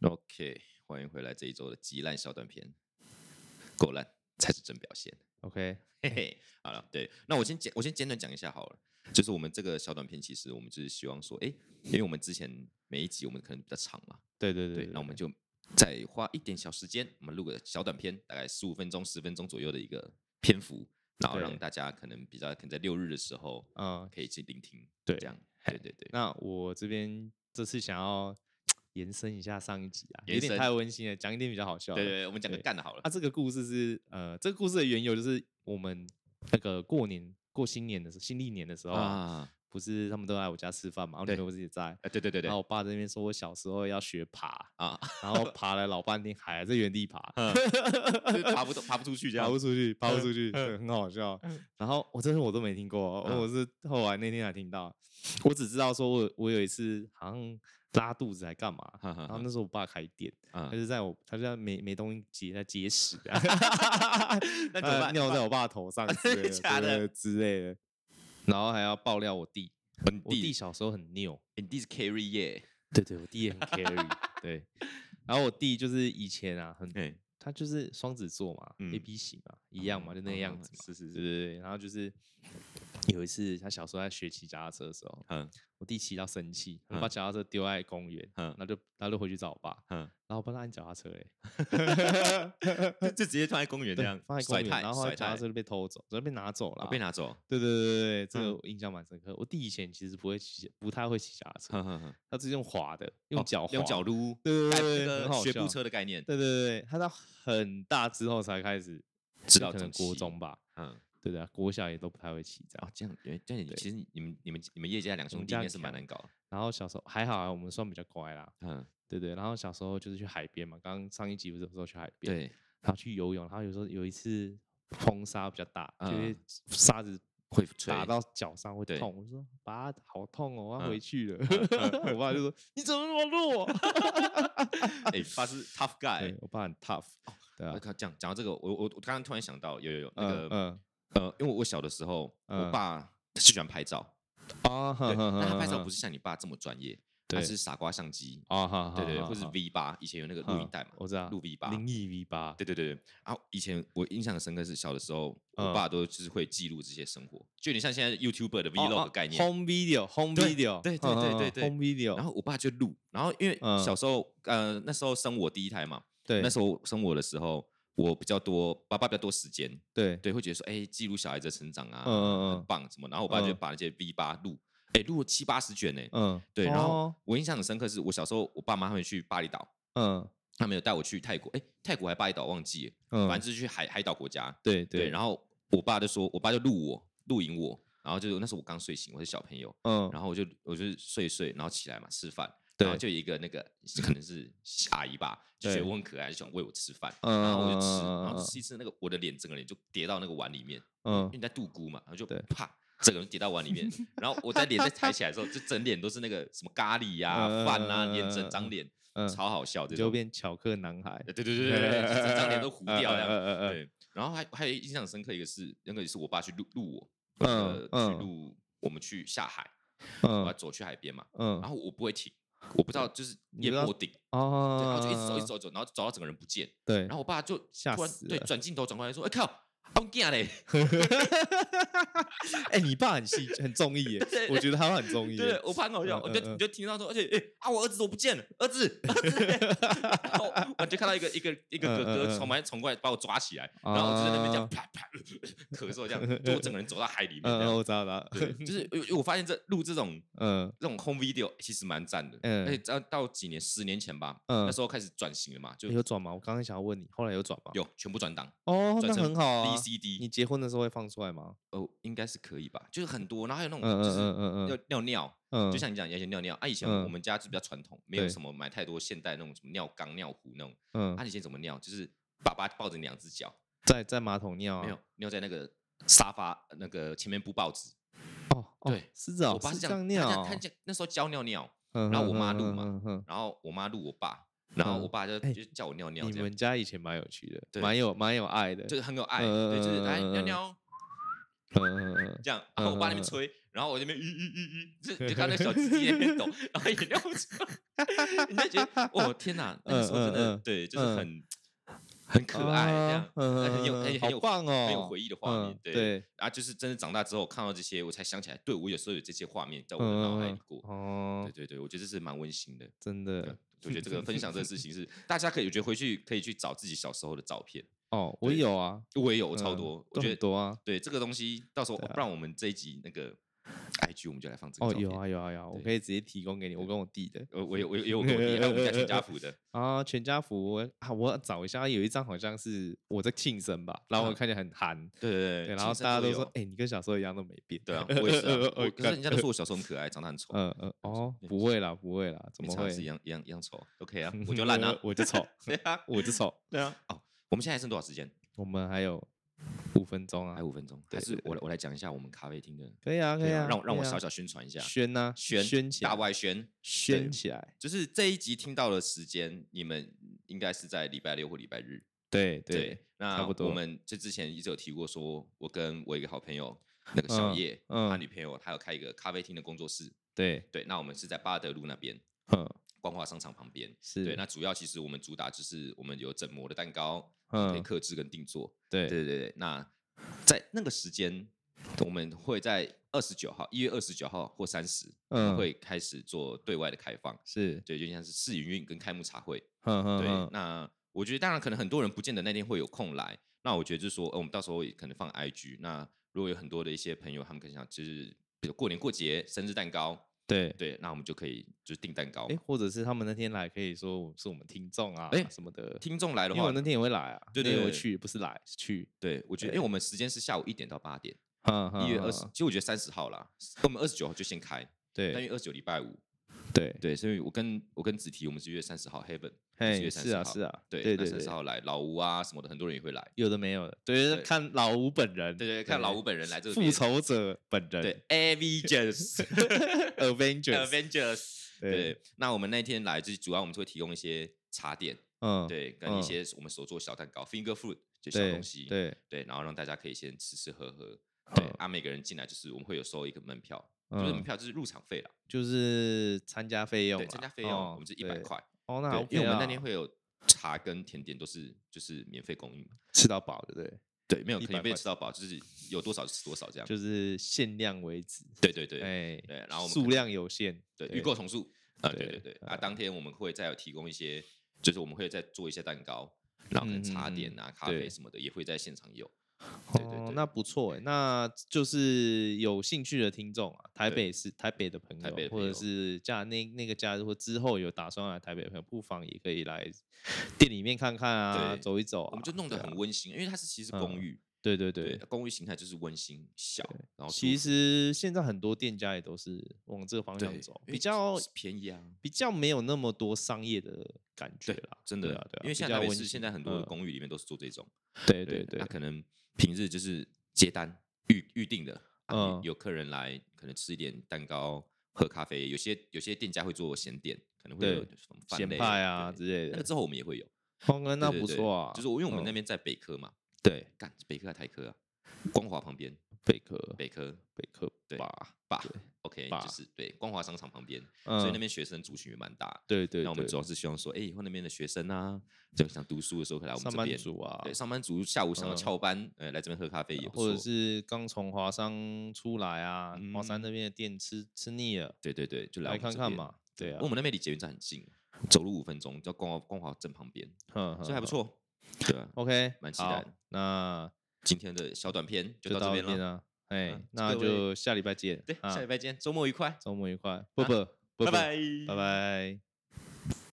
OK，欢迎回来这一周的极烂小短片，够烂才是真表现。 OK， 嘿嘿，好了，对，那我先简短讲一下好了，就是我们这个小短片，其实我们就是希望说，因为我们之前每一集我们可能比较长嘛， 对， 那我们就再花一点小时间，我们录个小短片，大概15分钟、10分钟左右的一个篇幅，然后让大家可能在6日的时候，可以去聆听， 对这样，对。 那我这边这次想要延伸一下上一集啊，有延伸点太温馨了，讲一点比较好笑的。 对，我们讲个干的好了。 这个故事是这个故事的缘由就是我们那个过新年的时候，新历年的时候啊，不是他们都来我家吃饭嘛，然后你们不是也在？ 对。 然后我爸在那边说我小时候要学爬啊， 然后爬了老半天，还在原地爬， 就是爬不出去，这样爬不出去，对，很好笑。然后我都没听过，我是后来那天才听到。我只知道说我有一次好像拉肚子还干嘛，然后那时候我爸开店，他就在没东西结，在结屎啊， 那怎么办？ 尿在我爸头上之类的，然后还要爆料我弟，我弟小时候很拗， 你弟是 carry 耶， 对，我弟也很 carry，对，然后我弟就是以前啊他就是双子座嘛，AB 型嘛，一样嘛，就那个样子嘛， 是， 对，然后就是有一次他小时候在学骑脚踏车的时候，我弟骑到生气，我把脚踏车丢在公园，然后就回去找我爸，然后我爸他按脚踏车就直接放在公园这样， 放在公园，然后脚踏车就被偷走，被拿走了， 被拿走， 对，这个我印象蛮深刻。我弟以前其实不太会骑脚踏车，他是用滑的，用脚撸， 对， 那个学步车的概念， 对，他到很大之后才开始知道可能国中吧，对啊，国小也都不太会骑这样。 这样，其实你们叶家两兄弟应该是蛮难搞。 然后小时候还好啊，我们算比较乖啦。对。然后小时候就是去海边嘛，刚刚上一集不是说去海边， 对， 然后去游泳，然后有一次风沙比较大，就是沙子会打到脚上会痛。我说爸，好痛哦，我要回去了。我爸就说你怎么那么弱？ 爸是 tough guy， 我爸很 tough。对啊， 讲到这个，我刚刚突然想到有那个因为我小的时候，我爸是喜欢拍照但他拍照不是像你爸这么专业，他是傻瓜相机对，或是 V8，以前有那个录影带嘛， 我知道录 V8， 灵异 V8， 对。然后以前我印象很深刻是小的时候，我爸都就是会记录这些生活，就有点像现在 YouTuber 的 Vlog 的概念 ，Home Video， 对 ，Home Video。 然后我爸就录，然后因为小时候那时候生我第一胎嘛， 对， 那时候生我的时候。我比较多，爸爸比较多时间， 对， 会觉得说，记录小孩子的成长啊，很棒什么。然后我爸就把那些 V8录，录了7、80卷呢，对。然后我印象很深刻，是我小时候，我爸妈他们去巴厘岛，他们有带我去泰国，泰国还巴厘岛忘记了，反正就是去海岛国家，对。然后我爸就录影我，然后就那时候我刚睡醒，我是小朋友，然后我就睡，然后起来嘛吃饭。然后就有一个那个可能是阿姨吧，就觉得我很可爱，就想喂我吃饭，然后我就吃，然后吃一吃，那个我的整个脸就跌到那个碗里面，因为在度菇嘛，然后就啪，整个人跌到碗里面，然后我脸再抬起来的时候，就整脸都是那个什么咖喱呀、饭啊，连整张脸，超好笑， 就变巧克男孩， 对，整张脸都糊掉这样，对。然后还有印象深刻一个是，那个也是我爸去录我，去录我们去下海，我要走去海边嘛，然后我不会停。我不知道，就是淹没顶然后就一直走，然后走到整个人不见。 对， 然后我爸就吓死了， 转镜头转过来说：“靠，我囝嘞！” 你爸很中意耶，我觉得他很中意。 对，我爸很好笑，你就听到说，而且我儿子怎么不见了？儿子，我就看到一个哥哥冲过来把我抓起来，然后我就在那边这样啪咳嗽这样，就我整个人走到海里面。 我知道， 对，就是我发现录这种home video 其实蛮赞的，而且到10年前吧，那时候开始转型了嘛，就有转吗？我刚刚想要问你，后来有转吗？ 有，全部转档那很好啊。 VCD， 你结婚的时候会放出来吗？ 应该是可以吧，就是很多，然后还有那种就是尿尿，就像你讲以前尿尿以前我们家是比较传统，没有什么买太多现代那种什么尿缸尿壶那种，以前怎么尿，就是爸爸抱着2只脚在马桶尿， 没有尿在那个沙发那个前面铺报纸，对， 是啊， 我爸是这样尿， 他那时候教尿尿，然后我妈录嘛，然后我妈录我爸，然后我爸就叫我尿尿。 你们家以前蛮有趣的，蛮有爱的， 就是很有爱，对，就是来尿尿。这样，然后我爸那边吹， 然后我这边就看那小鸡鸡那边抖，然后饮料出来，你就觉得哦天哪，那个时候真的对，就是很可爱，这样很棒哦， 很有回忆的画面，对。然后就是真的长大之后看到这些，我才想起来，对我有时候有这些画面在我的脑海里过。对，我觉得这是蛮温馨的， 真的。 我觉得这个分享这个事情是大家可以，我觉得回去可以去找自己小时候的照片。 哦，我有啊， 我也有超多，我觉得多啊。 对这个东西，到时候不然我们这一集那个 IG 我们就来放这个照片。 有啊，我可以直接提供给你，我跟我弟的。 我有跟我弟，还有我们家全家福的。 啊，全家福我找一下，有一张好像是我在庆生吧，然后我看起来很韩。 对， 然后大家都说，你跟小时候一样都没变。 对啊，我也是。可是人家都说我小时候很可爱，长得很丑。 不会啦，怎么会？ 是一样丑，OK 啊，我就烂啊， 我就丑。对啊，我就丑。 对啊。哦，我们现在还剩多少时间？ 我们还有5分钟啊， 还5分钟。还是我来讲一下我们咖啡厅的。 可以啊， 让我小小宣传一下。 宣起来， 大外宣起来。 就是这一集听到的时间，你们应该是在礼拜6或礼拜日。 对， 那差不多。 我们这之前一直有提过，说我跟我一个好朋友那个小叶，他女朋友，他有开一个咖啡厅的工作室。对，那我们是在巴德路那边。光华商场旁边。对，那主要其实我们主打就是我们有整模的蛋糕，可以客制跟定做。对。那在那个时间，我们会在1月29号或30，我们会开始做对外的开放。对，就像是试营运跟开幕茶会。对，那我觉得当然可能很多人不见得那天会有空来，那我觉得就是说，我们到时候也可能放 IG。那如果有很多的一些朋友，他们可能想就是比如过年过节生日蛋糕。对，那我们就可以就是订蛋糕， 或者是他们那天来可以说是我们听众啊，什么的。 听众来的话， 因为我那天也会来啊， 对， 我去不是来是去。 对，我觉得因为我们时间是下午1点到8点，1月20，其实我觉得30号啦，我们29号就先开，但因为29礼拜5，对，所以我跟子提我们是1月30号 Heaven， 1月30号， 是啊， 对，30号来，老吴啊什么的，很多人也会来， 有的没有的，对，看老吴本人， 对，看老吴本人来这个复仇者本人， 对 Avengers， 对，那我们那天来就是主要我们会提供一些茶点，对，跟一些我们手做小蛋糕 ，finger food 就小东西，对，然后让大家可以先吃喝，对，每个人进来就是我们会有收一个门票。就是门票就是入场费啦， 就是参加费用， 参加费用我们是100块。 那 OK 因为我们那天会有茶跟甜点都是就是免费供应， 吃到饱，对不对？ 对，没有免费吃到饱，就是有多少就吃多少这样， 就是限量为止。 对，然后我们数量有限， 对，预购从速。对。当天我们会再有提供一些，就是我们会再做一些蛋糕，然后跟茶点啊、咖啡什么的也会在现场有。对， 那不错哎，那就是有兴趣的听众啊，台北的朋友，或者是那个假日或之后有打算来台北的朋友，不妨也可以来店里面看看啊，走一走啊。 我们就弄得很温馨，因为它其实是公寓。 对， 公寓形态就是温馨小，然后其实现在很多店家也都是往这个方向走，比较便宜啊， 比较没有那么多商业的感觉啦， 真的，对，因为现在很多的公寓里面都是做这种， 对， 那可能平日就是接单预定的，有客人来可能吃一点蛋糕、喝咖啡，有些店家会做咸点，可能会有什么咸派啊之类的， 那个之后我们也会有， 那不错啊， 就是因为我们那边在北科嘛。 对， 北科还是台科啊？光华旁边， 北科对吧 ？OK， 就是对光华商场旁边，所以那边学生族群也蛮大。 对， 那我们主要是希望说，以后那边的学生啊，就想读书的时候可以来我们这边。对，上班族下午想要翘班，来这边喝咖啡也不错。 或者是刚从华商出来啊，华山那边的店吃腻了， 对，就来看看嘛。对啊， 我们那边离捷运站很近，走路5分钟，在光华镇旁边，所以还不错。对啊 ，OK， 蛮期待的。 那今天的小短片就到这边了， 那就下礼拜见。 对，下礼拜见，周末愉快， 拜拜。 拜拜。